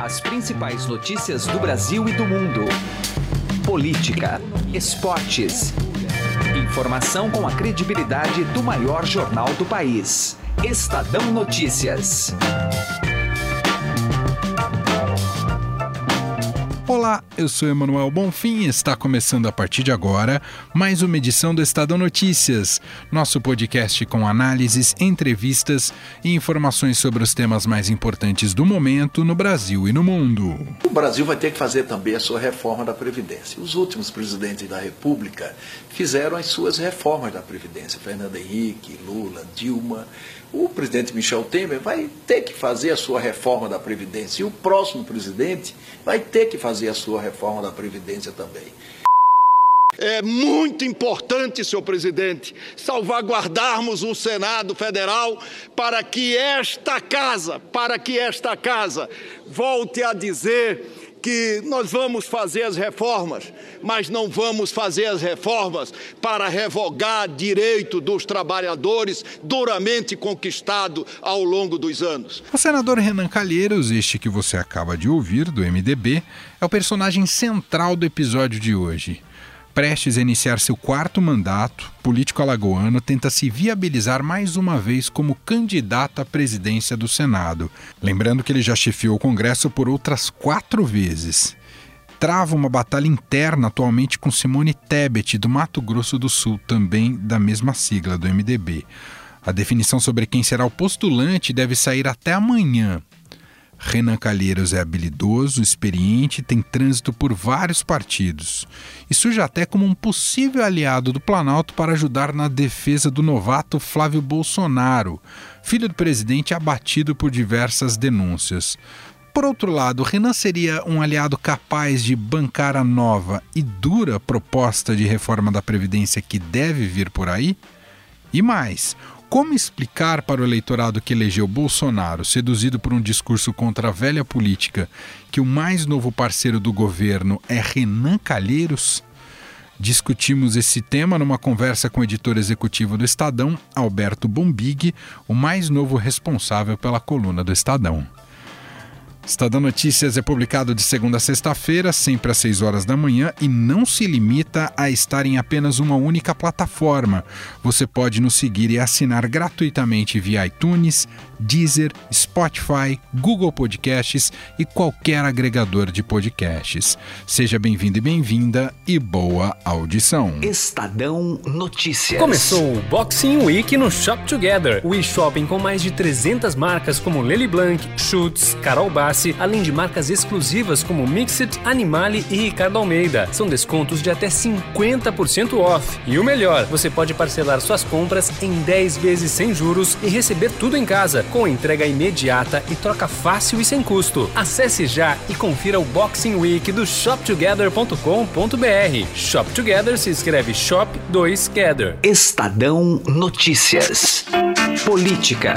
As principais notícias do Brasil e do mundo. Política, esportes. Informação com a credibilidade do maior jornal do país. Estadão Notícias. Olá, eu sou Emanuel Bonfim e está começando a partir de agora mais uma edição do Estadão Notícias, nosso podcast com análises, entrevistas e informações sobre os temas mais importantes do momento no Brasil e no mundo. O Brasil vai ter que fazer também a sua reforma da Previdência. Os últimos presidentes da República fizeram as suas reformas da Previdência. Fernando Henrique, Lula, Dilma. O presidente Michel Temer vai ter que fazer a sua reforma da Previdência. E o próximo presidente vai ter que fazer a sua reforma da Previdência também. É muito importante, senhor presidente, salvaguardarmos o Senado Federal para que esta casa volte a dizer que nós vamos fazer as reformas, mas não vamos fazer as reformas para revogar direito dos trabalhadores duramente conquistado ao longo dos anos. O senador Renan Calheiros, este que você acaba de ouvir, do MDB, é o personagem central do episódio de hoje. Prestes a iniciar seu quarto mandato, político alagoano tenta se viabilizar mais uma vez como candidato à presidência do Senado. Lembrando que ele já chefiou o Congresso por outras 4 vezes. Trava uma batalha interna atualmente com Simone Tebet, do Mato Grosso do Sul, também da mesma sigla do MDB. A definição sobre quem será o postulante deve sair até amanhã. Renan Calheiros é habilidoso, experiente e tem trânsito por vários partidos. E surge até como um possível aliado do Planalto para ajudar na defesa do novato Flávio Bolsonaro, filho do presidente abatido por diversas denúncias. Por outro lado, Renan seria um aliado capaz de bancar a nova e dura proposta de reforma da Previdência que deve vir por aí? E mais, como explicar para o eleitorado que elegeu Bolsonaro, seduzido por um discurso contra a velha política, que o mais novo parceiro do governo é Renan Calheiros? Discutimos esse tema numa conversa com o editor executivo do Estadão, Alberto Bombig, o mais novo responsável pela coluna do Estadão. Estadão Notícias é publicado de segunda a sexta-feira, sempre às 6 horas da manhã, e não se limita a estar em apenas uma única plataforma. Você pode nos seguir e assinar gratuitamente via iTunes, Deezer, Spotify, Google Podcasts e qualquer agregador de podcasts. Seja bem-vindo e bem-vinda e boa audição. Estadão Notícias. Começou o Boxing Week no Shop Together, o e-shopping com mais de 300 marcas como Lely Blanc, Schutz, Carol Bassi, além de marcas exclusivas como Mixit, Animale e Ricardo Almeida. São descontos de até 50% off. E o melhor, você pode parcelar suas compras em 10 vezes sem juros e receber tudo em casa, com entrega imediata e troca fácil e sem custo. Acesse já e confira o Boxing Week do shoptogether.com.br. Shop Together se escreve Shop 2 Gather. Estadão Notícias. Política.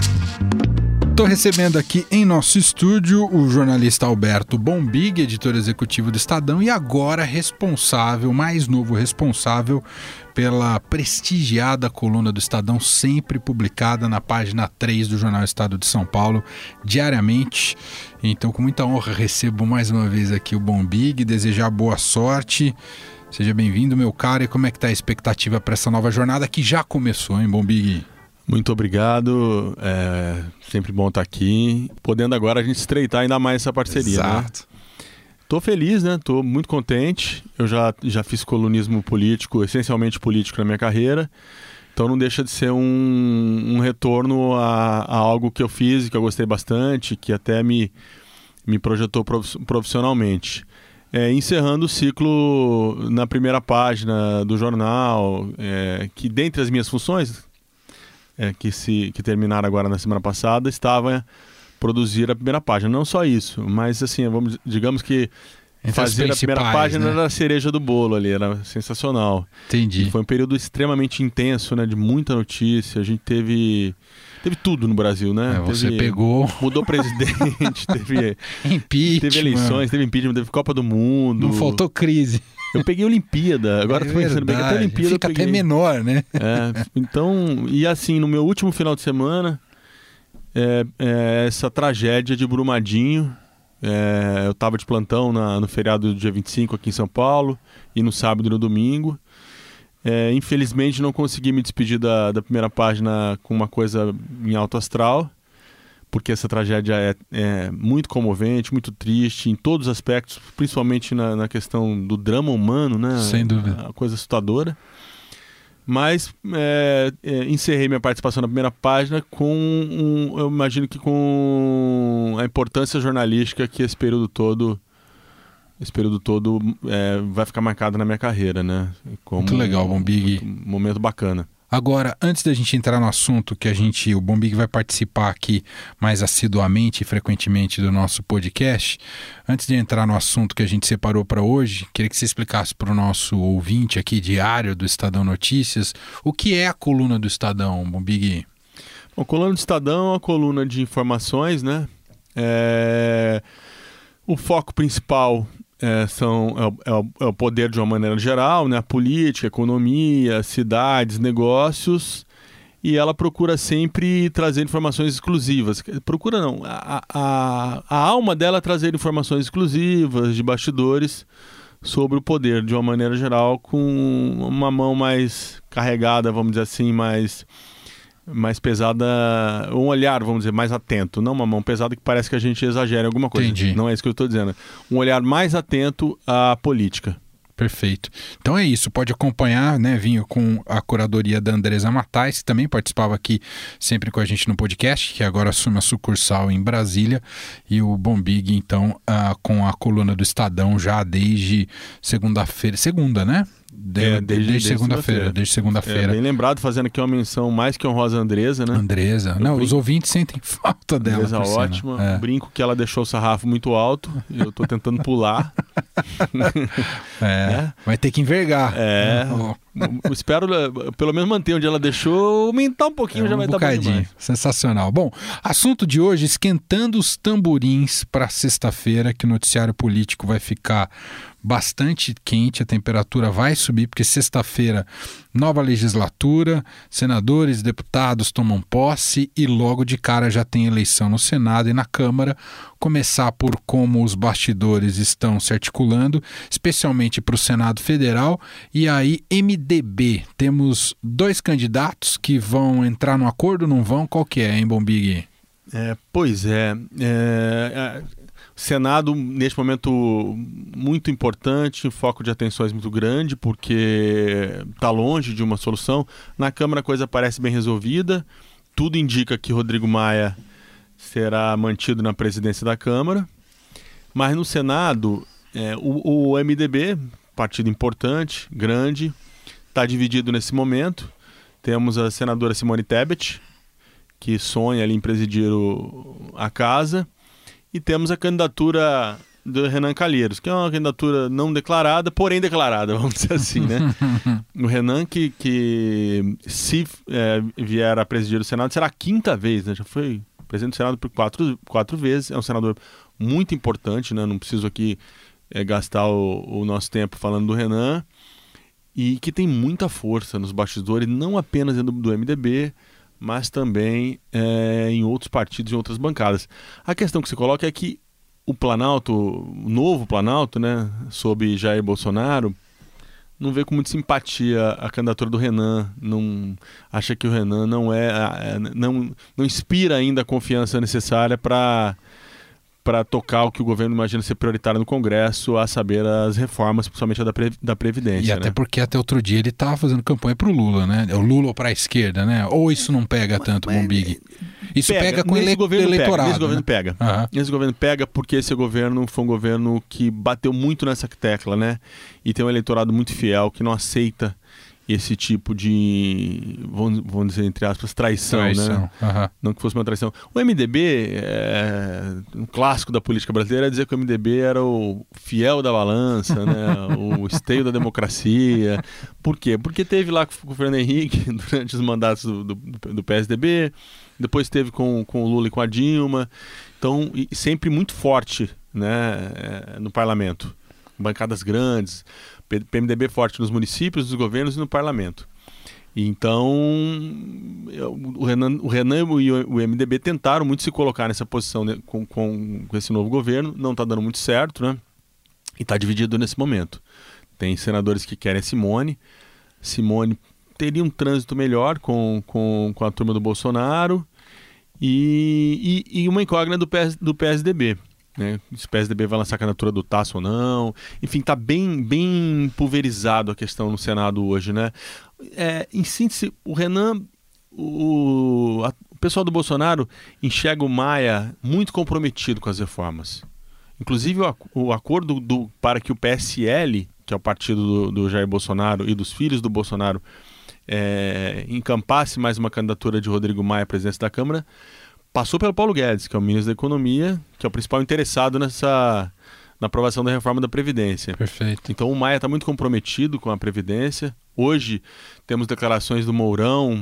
Estou recebendo aqui em nosso estúdio o jornalista Alberto Bombig, editor executivo do Estadão e agora mais novo responsável pela prestigiada coluna do Estadão, sempre publicada na página 3 do Jornal Estado de São Paulo, diariamente. Então, com muita honra, recebo mais uma vez aqui o Bombig, desejar boa sorte. Seja bem-vindo, meu caro. E como é que está a expectativa para essa nova jornada que já começou, hein, Bombig? Muito obrigado, sempre bom estar aqui, podendo agora a gente estreitar ainda mais essa parceria. Exato. Né? Tô feliz, né? Tô muito contente, eu já fiz colunismo político, essencialmente político na minha carreira, então não deixa de ser um retorno a algo que eu fiz e que eu gostei bastante, que até me projetou profissionalmente. Encerrando o ciclo na primeira página do jornal, que dentre as minhas funções... que terminaram agora na semana passada, estava produzir a primeira página. Não só isso, mas assim, digamos que fazer a primeira página, né? Era a cereja do bolo ali, era sensacional. Entendi. E foi um período extremamente intenso, né, de muita notícia, a gente teve tudo no Brasil, né? Você pegou... Mudou presidente, teve impeachment, teve eleições, teve impeachment, teve Copa do Mundo. Não faltou crise. Eu peguei Olimpíada, agora tô pensando bem que até Olimpíada fica eu peguei. Até menor, né? Então, e assim, no meu último final de semana, essa tragédia de Brumadinho, Eu estava de plantão no feriado do dia 25 aqui em São Paulo, e no sábado e no domingo. Infelizmente não consegui me despedir da primeira página com uma coisa em alto astral, porque essa tragédia é muito comovente, muito triste em todos os aspectos, principalmente na questão do drama humano, né? Sem dúvida. Uma coisa assustadora. Mas encerrei minha participação na primeira página eu imagino que com a importância jornalística que esse período todo vai ficar marcado na minha carreira, né? Como muito legal, Bombig. Um momento bacana. Agora, antes da gente entrar no assunto que o Bombig vai participar aqui mais assiduamente e frequentemente do nosso podcast, antes de entrar no assunto que a gente separou para hoje, queria que você explicasse para o nosso ouvinte aqui diário do Estadão Notícias o que é a coluna do Estadão, Bombig. A coluna do Estadão é uma coluna de informações, né? O foco principal é o poder de uma maneira geral, né? A política, a economia, cidades, negócios, e ela procura sempre trazer informações exclusivas. Procura não, a alma dela é trazer informações exclusivas, de bastidores, sobre o poder de uma maneira geral, com uma mão mais carregada, vamos dizer assim, mais pesada, um olhar, vamos dizer, mais atento. Não uma mão pesada que parece que a gente exagera em alguma coisa. Entendi. Não é isso que eu estou dizendo. Um olhar mais atento à política. Perfeito. Então é isso, pode acompanhar, né, Vinho, com a curadoria da Andresa Matais, que também participava aqui sempre com a gente no podcast, que agora assume a sucursal em Brasília, e o Bombig, então, com a coluna do Estadão já desde segunda, né? Desde segunda-feira. Bem lembrado, fazendo aqui uma menção mais que honrosa à Andresa, né? Os ouvintes sentem falta dela. Andresa ótima. Brinco que ela deixou o sarrafo muito alto e eu tô tentando pular. Vai ter que envergar. Espero pelo menos manter onde ela deixou, aumentar um pouquinho, já vai estar bom demais. Sensacional. Bom, assunto de hoje, esquentando os tamborins para sexta-feira, que o noticiário político vai ficar bastante quente, a temperatura vai subir, porque sexta-feira, nova legislatura, senadores, deputados tomam posse e logo de cara já tem eleição no Senado e na Câmara. Começar por como os bastidores estão se articulando, especialmente para o Senado Federal, e aí MDB. Temos 2 candidatos que vão entrar no acordo, não vão? Qual que é, hein, Bombig? Pois é. Senado, neste momento, muito importante, um foco de atenções muito grande, porque está longe de uma solução. Na Câmara a coisa parece bem resolvida, tudo indica que Rodrigo Maia será mantido na presidência da Câmara, mas no Senado, o MDB, partido importante, grande, está dividido nesse momento. Temos a senadora Simone Tebet, que sonha ali em presidir a casa, e temos a candidatura do Renan Calheiros, que é uma candidatura não declarada, porém declarada, vamos dizer assim, né? O Renan, que se vier a presidir o Senado, será a 5ª vez, né? Já foi presidente do Senado por 4 vezes, é um senador muito importante, né? Não preciso aqui gastar o nosso tempo falando do Renan, e que tem muita força nos bastidores, não apenas dentro do MDB, mas também em outros partidos e outras bancadas. A questão que se coloca é que o Planalto, o novo Planalto, né, sob Jair Bolsonaro, não vê com muita simpatia a candidatura do Renan, não acha que o Renan não inspira ainda a confiança necessária para tocar o que o governo imagina ser prioritário no Congresso, a saber, as reformas, principalmente a da Previdência. E até porque até outro dia ele estava fazendo campanha para o Lula, né? O Lula para a esquerda, né? Ou isso não pega tanto, Bombig? Isso pega com o eleitorado. Nesse governo pega. Uhum. Nesse governo pega porque esse governo foi um governo que bateu muito nessa tecla, né? E tem um eleitorado muito fiel, que não aceita esse tipo de, vamos dizer, entre aspas, traição. Né? Uhum. Não que fosse uma traição. O MDB, um clássico da política brasileira, é dizer que o MDB era o fiel da balança, né? O esteio da democracia. Por quê? Porque teve lá com o Fernando Henrique durante os mandatos do PSDB, depois teve com o Lula e com a Dilma, então, e sempre muito forte, né, no parlamento. Bancadas grandes, PMDB forte nos municípios, nos governos e no parlamento. Então, o Renan e o MDB tentaram muito se colocar nessa posição, né, com esse novo governo. Não está dando muito certo, né? E está dividido nesse momento. Tem senadores que querem a Simone. Simone teria um trânsito melhor com a turma do Bolsonaro. E uma incógnita do PSDB. Né? Se o PSDB vai lançar a candidatura do Tasso ou não. Enfim, está bem pulverizado a questão no Senado hoje, né? Em síntese, o Renan, o pessoal do Bolsonaro enxerga o Maia muito comprometido com as reformas. Inclusive o acordo para que o PSL, que é o partido do Jair Bolsonaro e dos filhos do Bolsonaro, encampasse mais uma candidatura de Rodrigo Maia à presidência da Câmara, passou pelo Paulo Guedes, que é o ministro da Economia, que é o principal interessado na aprovação da reforma da Previdência. Perfeito. Então o Maia está muito comprometido com a Previdência. Hoje temos declarações do Mourão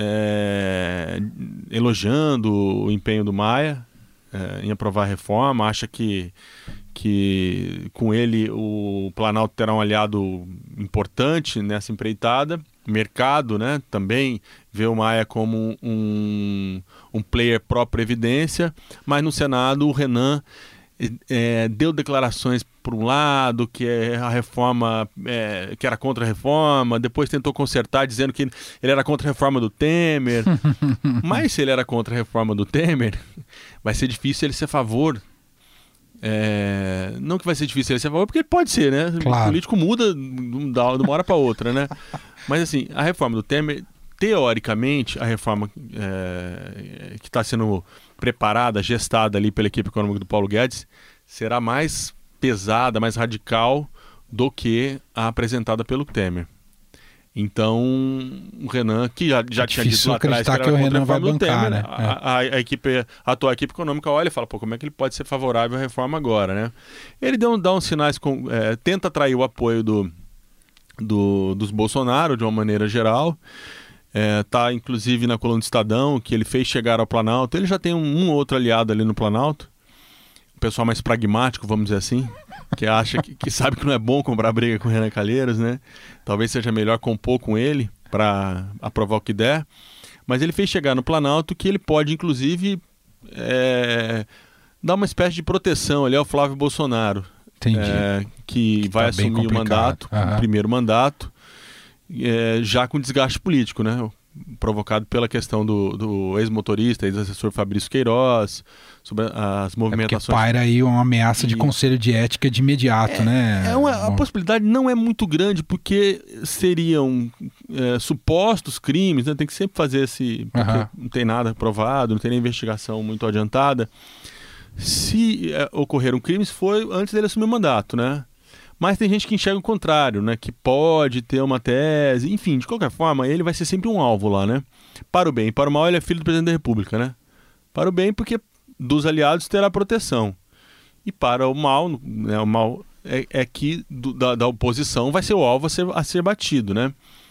elogiando o empenho do Maia em aprovar a reforma. Acha que com ele o Planalto terá um aliado importante nessa empreitada. O mercado, né, também vê o Maia como um player pró-Previdência, mas no Senado o Renan deu declarações por um lado, que a reforma, que era contra a reforma, depois tentou consertar dizendo que ele era contra a reforma do Temer. Mas se ele era contra a reforma do Temer, vai ser difícil ele ser a favor. Não que vai ser difícil ele ser a favor, porque ele pode ser, né? Claro. O político muda de uma hora para outra, né? Mas assim, a reforma do Temer, teoricamente, a reforma que está sendo preparada, gestada ali pela equipe econômica do Paulo Guedes, será mais pesada, mais radical do que a apresentada pelo Temer. Então, o Renan, que já tinha dito lá atrás que era contra a reforma do Temer, né? A atual equipe econômica olha e fala, como é que ele pode ser favorável à reforma agora, né? Ele dá uns sinais, tenta atrair o apoio dos Bolsonaro de uma maneira geral. Tá inclusive na coluna do Estadão, que ele fez chegar ao Planalto. Ele já tem um outro aliado ali no Planalto, um pessoal mais pragmático, vamos dizer assim, que acha que sabe que não é bom comprar briga com o Renan Calheiros, né? Talvez seja melhor compor com ele para aprovar o que der. Mas ele fez chegar no Planalto que ele pode, inclusive, dar uma espécie de proteção ali ao Flávio Bolsonaro. Entendi. Que vai assumir o mandato, o primeiro mandato, já com desgaste político, né? Provocado pela questão do ex-motorista, ex-assessor Fabrício Queiroz, sobre as movimentações. Porque paira aí uma ameaça de conselho de ética de imediato, né? A possibilidade não é muito grande, porque seriam supostos crimes, né? Tem que sempre fazer porque não tem nada provado, não tem nem investigação muito adiantada. Se ocorreram crimes, foi antes dele assumir o mandato, né? Mas tem gente que enxerga o contrário, né? Que pode ter uma tese. Enfim, de qualquer forma, ele vai ser sempre um alvo lá, né? Para o bem. Para o mal, ele é filho do presidente da República, né? Para o bem, porque dos aliados terá proteção. E para o mal, né? O mal é que da oposição vai ser o alvo a ser batido, né?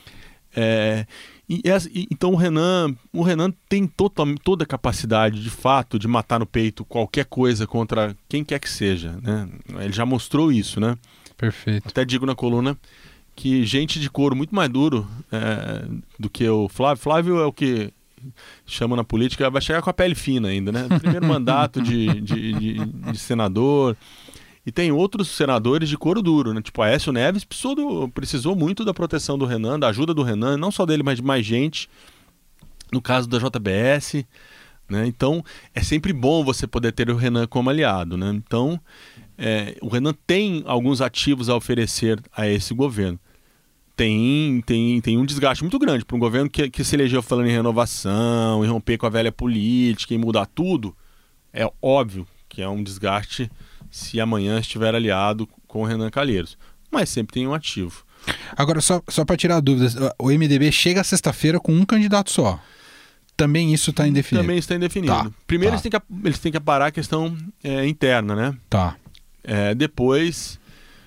Então o Renan tem toda a capacidade, de fato, de matar no peito qualquer coisa contra quem quer que seja, né? Ele já mostrou isso, né? Perfeito. Até digo na coluna que gente de couro muito mais duro do que o Flávio. Flávio é o que chama na política, vai chegar com a pele fina ainda, né? Primeiro mandato de senador. E tem outros senadores de couro duro, né? Tipo Aécio Neves precisou muito da proteção do Renan, da ajuda do Renan, não só dele, mas de mais gente. No caso da JBS, né? Então é sempre bom você poder ter o Renan como aliado, né? Então o Renan tem alguns ativos a oferecer a esse governo. Tem um desgaste muito grande para um governo que se elegeu falando em renovação, em romper com a velha política, em mudar tudo. É óbvio que é um desgaste se amanhã estiver aliado com o Renan Calheiros. Mas sempre tem um ativo. Agora, só para tirar dúvidas, o MDB chega sexta-feira com um candidato só. Também isso está indefinido? Também está indefinido. Tá, primeiro eles têm que aparar a questão interna, né? Tá. Depois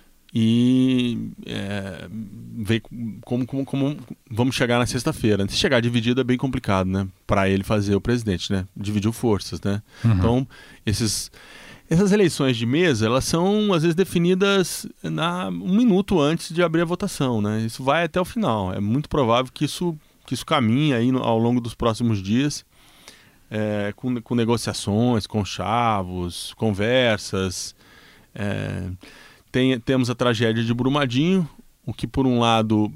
ver como vamos chegar na sexta-feira. Se chegar dividido é bem complicado, né? Para ele fazer o presidente, né? Dividiu forças, né? Uhum. Então, essas eleições de mesa, elas são, às vezes, definidas um minuto antes de abrir a votação, né? Isso vai até o final. É muito provável que isso isso caminhe aí ao longo dos próximos dias, com negociações, conchavos, conversas. Temos a tragédia de Brumadinho, o que por um lado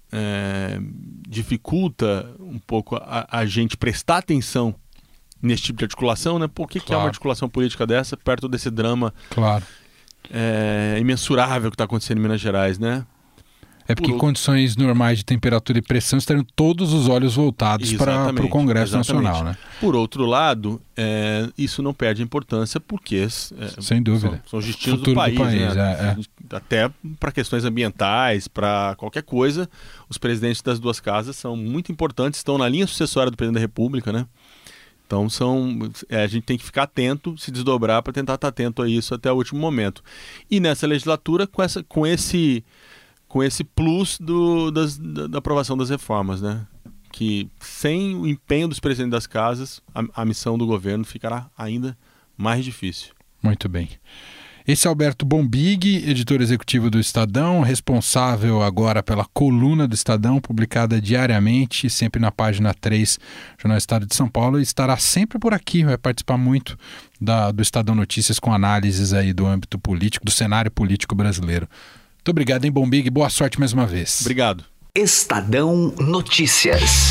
dificulta um pouco a gente prestar atenção nesse tipo de articulação, né? Por que é uma articulação política dessa perto desse drama imensurável que está acontecendo em Minas Gerais, né? É porque em condições normais de temperatura e pressão estariam todos os olhos voltados para o Congresso Nacional, né? Por outro lado, isso não perde importância porque sem dúvida. São os destinos do país, né? Até para questões ambientais, para qualquer coisa, os presidentes das duas casas são muito importantes, estão na linha sucessória do presidente da República, né? Então a gente tem que ficar atento, se desdobrar para tentar estar atento a isso até o último momento. E nessa legislatura, com esse plus da aprovação das reformas, né? Que sem o empenho dos presidentes das casas, a missão do governo ficará ainda mais difícil. Muito bem. Esse é Alberto Bombig, editor executivo do Estadão, responsável agora pela coluna do Estadão, publicada diariamente, sempre na página 3, Jornal Estado de São Paulo, e estará sempre por aqui, vai participar muito do Estadão Notícias com análises aí do âmbito político, do cenário político brasileiro. Muito obrigado, hein, Bombig? Boa sorte mais uma vez. Obrigado. Estadão Notícias.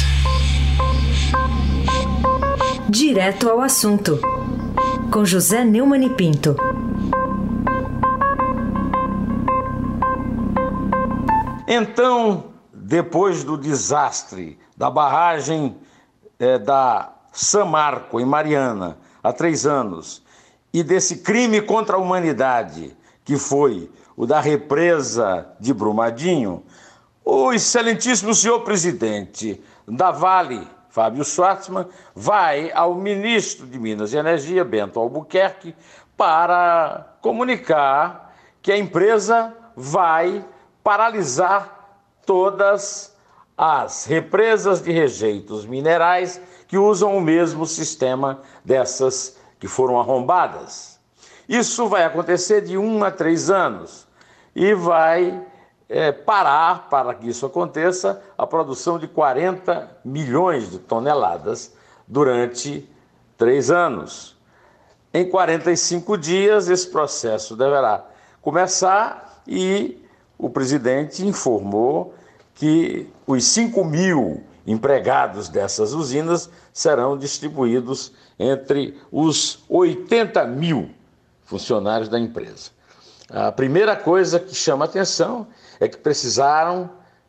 Direto ao assunto, com José Neumann e Pinto. Então, depois do desastre da barragem da Samarco, em Mariana, há 3 anos, e desse crime contra a humanidade, que foi o da represa de Brumadinho, o excelentíssimo senhor presidente da Vale, Fábio Schwartzman, vai ao ministro de Minas e Energia, Bento Albuquerque, para comunicar que a empresa vai paralisar todas as represas de rejeitos minerais que usam o mesmo sistema dessas que foram arrombadas. Isso vai acontecer de 1 a 3 anos e vai parar, para que isso aconteça, a produção de 40 milhões de toneladas durante 3 anos. Em 45 dias, esse processo deverá começar e o presidente informou que os 5.000 empregados dessas usinas serão distribuídos entre os 80.000 funcionários da empresa. A primeira coisa que chama atenção é que precisaram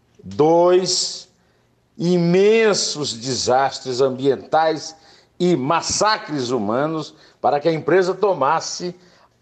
2 imensos desastres ambientais e massacres humanos para que a empresa tomasse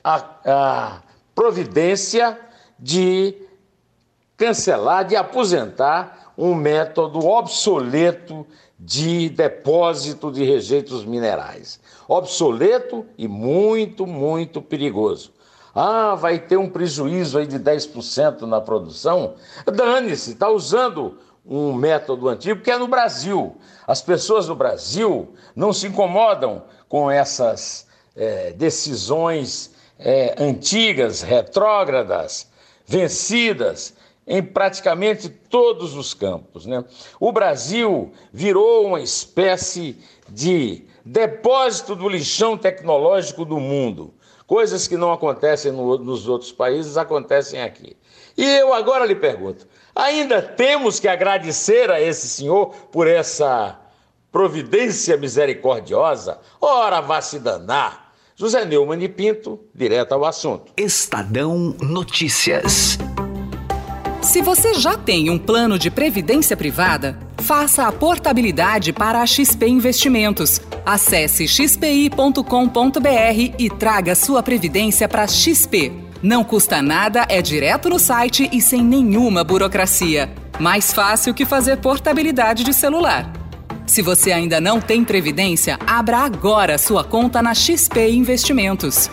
a providência de cancelar, de aposentar um método obsoleto de depósito de rejeitos minerais. Obsoleto e muito, muito perigoso. Vai ter um prejuízo aí de 10% na produção? Dane-se, está usando um método antigo que é no Brasil. As pessoas no Brasil não se incomodam com essas decisões antigas, retrógradas, vencidas em praticamente todos os campos, né? O Brasil virou uma espécie de depósito do lixão tecnológico do mundo. Coisas que não acontecem nos outros países, acontecem aqui. E eu agora lhe pergunto, ainda temos que agradecer a esse senhor por essa providência misericordiosa? Ora, vá se danar. José Neumann e Pinto, direto ao assunto. Estadão Notícias. Se você já tem um plano de previdência privada, faça a portabilidade para a XP Investimentos. Acesse xpi.com.br e traga sua previdência para XP. Não custa nada, é direto no site e sem nenhuma burocracia. Mais fácil que fazer portabilidade de celular. Se você ainda não tem previdência, abra agora sua conta na XP Investimentos.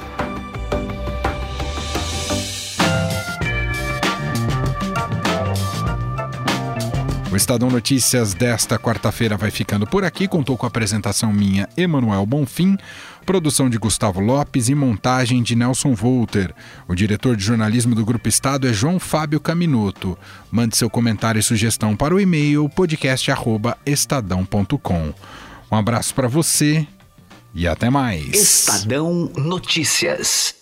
O Estadão Notícias desta quarta-feira vai ficando por aqui. Contou com a apresentação minha, Emanuel Bonfim, produção de Gustavo Lopes e montagem de Nelson Volter. O diretor de jornalismo do Grupo Estado é João Fábio Caminoto. Mande seu comentário e sugestão para o e-mail podcast@estadão.com. Um abraço para você e até mais. Estadão Notícias.